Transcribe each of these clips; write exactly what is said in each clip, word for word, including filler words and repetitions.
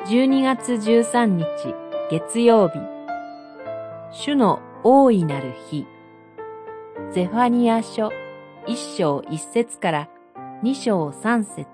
じゅうにがつじゅうさんにち月曜日、主の大いなる日。ゼファニア書いっしょういっせつからにしょうさんせつ。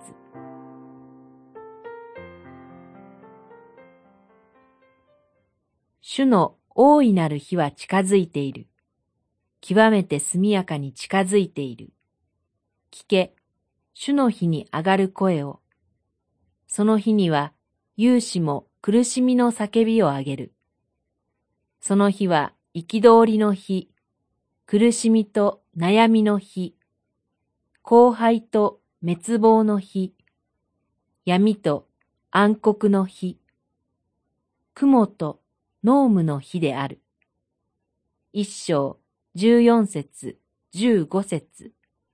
主の大いなる日は近づいている。極めて速やかに近づいている。聞け、主の日に上がる声を。その日には、勇士も苦しみの叫びを上げる。その日は憤りの日、苦しみと悩みの日、荒廃と滅亡の日、闇と暗黒の日、雲と濃霧の日である。一章十四節、十五節。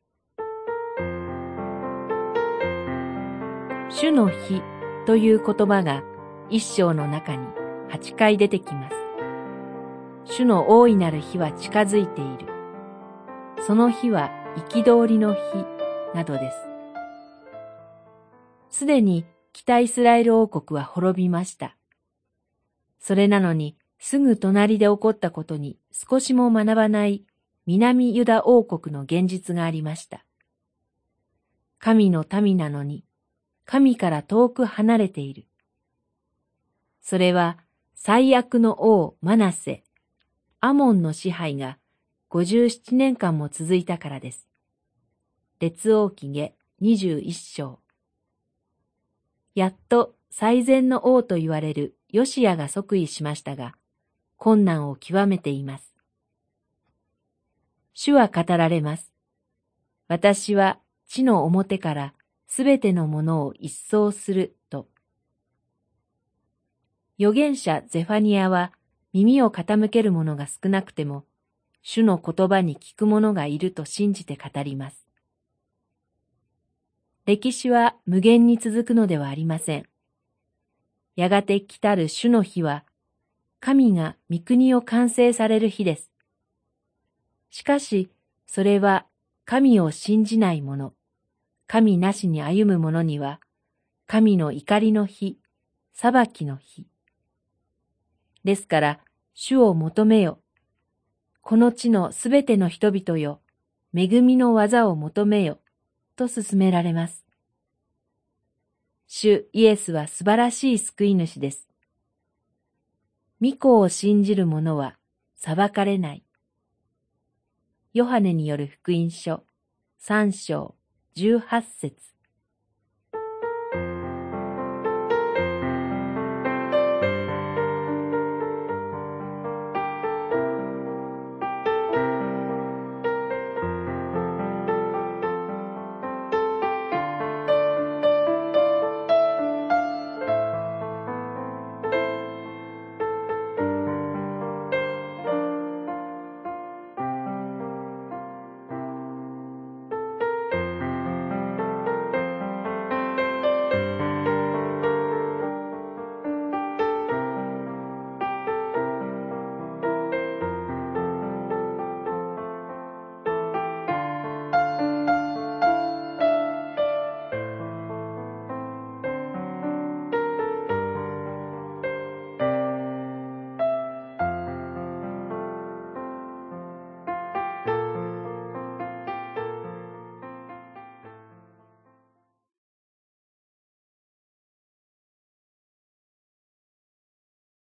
主の日という言葉が一章の中に八回出てきます。主の大いなる日は近づいている。その日は憤りの日などです。すでに北イスラエル王国は滅びました。それなのにすぐ隣で起こったことに少しも学ばない南ユダ王国の現実がありました。神の民なのに神から遠く離れている。それは最悪の王マナセ、アモンの支配がごじゅうななねんかんも続いたからです。列王記下にじゅういっしょう。やっと最善の王と言われるヨシアが即位しましたが、困難を極めています。主は語られます。私は地の表からすべてのものを一掃すると。預言者ゼファニアは耳を傾ける者が少なくても、主の言葉に聞く者がいると信じて語ります。歴史は無限に続くのではありません。やがて来たる主の日は、神が御国を完成される日です。しかし、それは神を信じない者、神なしに歩む者には、神の怒りの日、裁きの日。ですから、主を求めよ。この地のすべての人々よ、恵みの技を求めよ、と勧められます。主イエスは素晴らしい救い主です。御子を信じる者は裁かれない。ヨハネによる福音書、三章、十八節。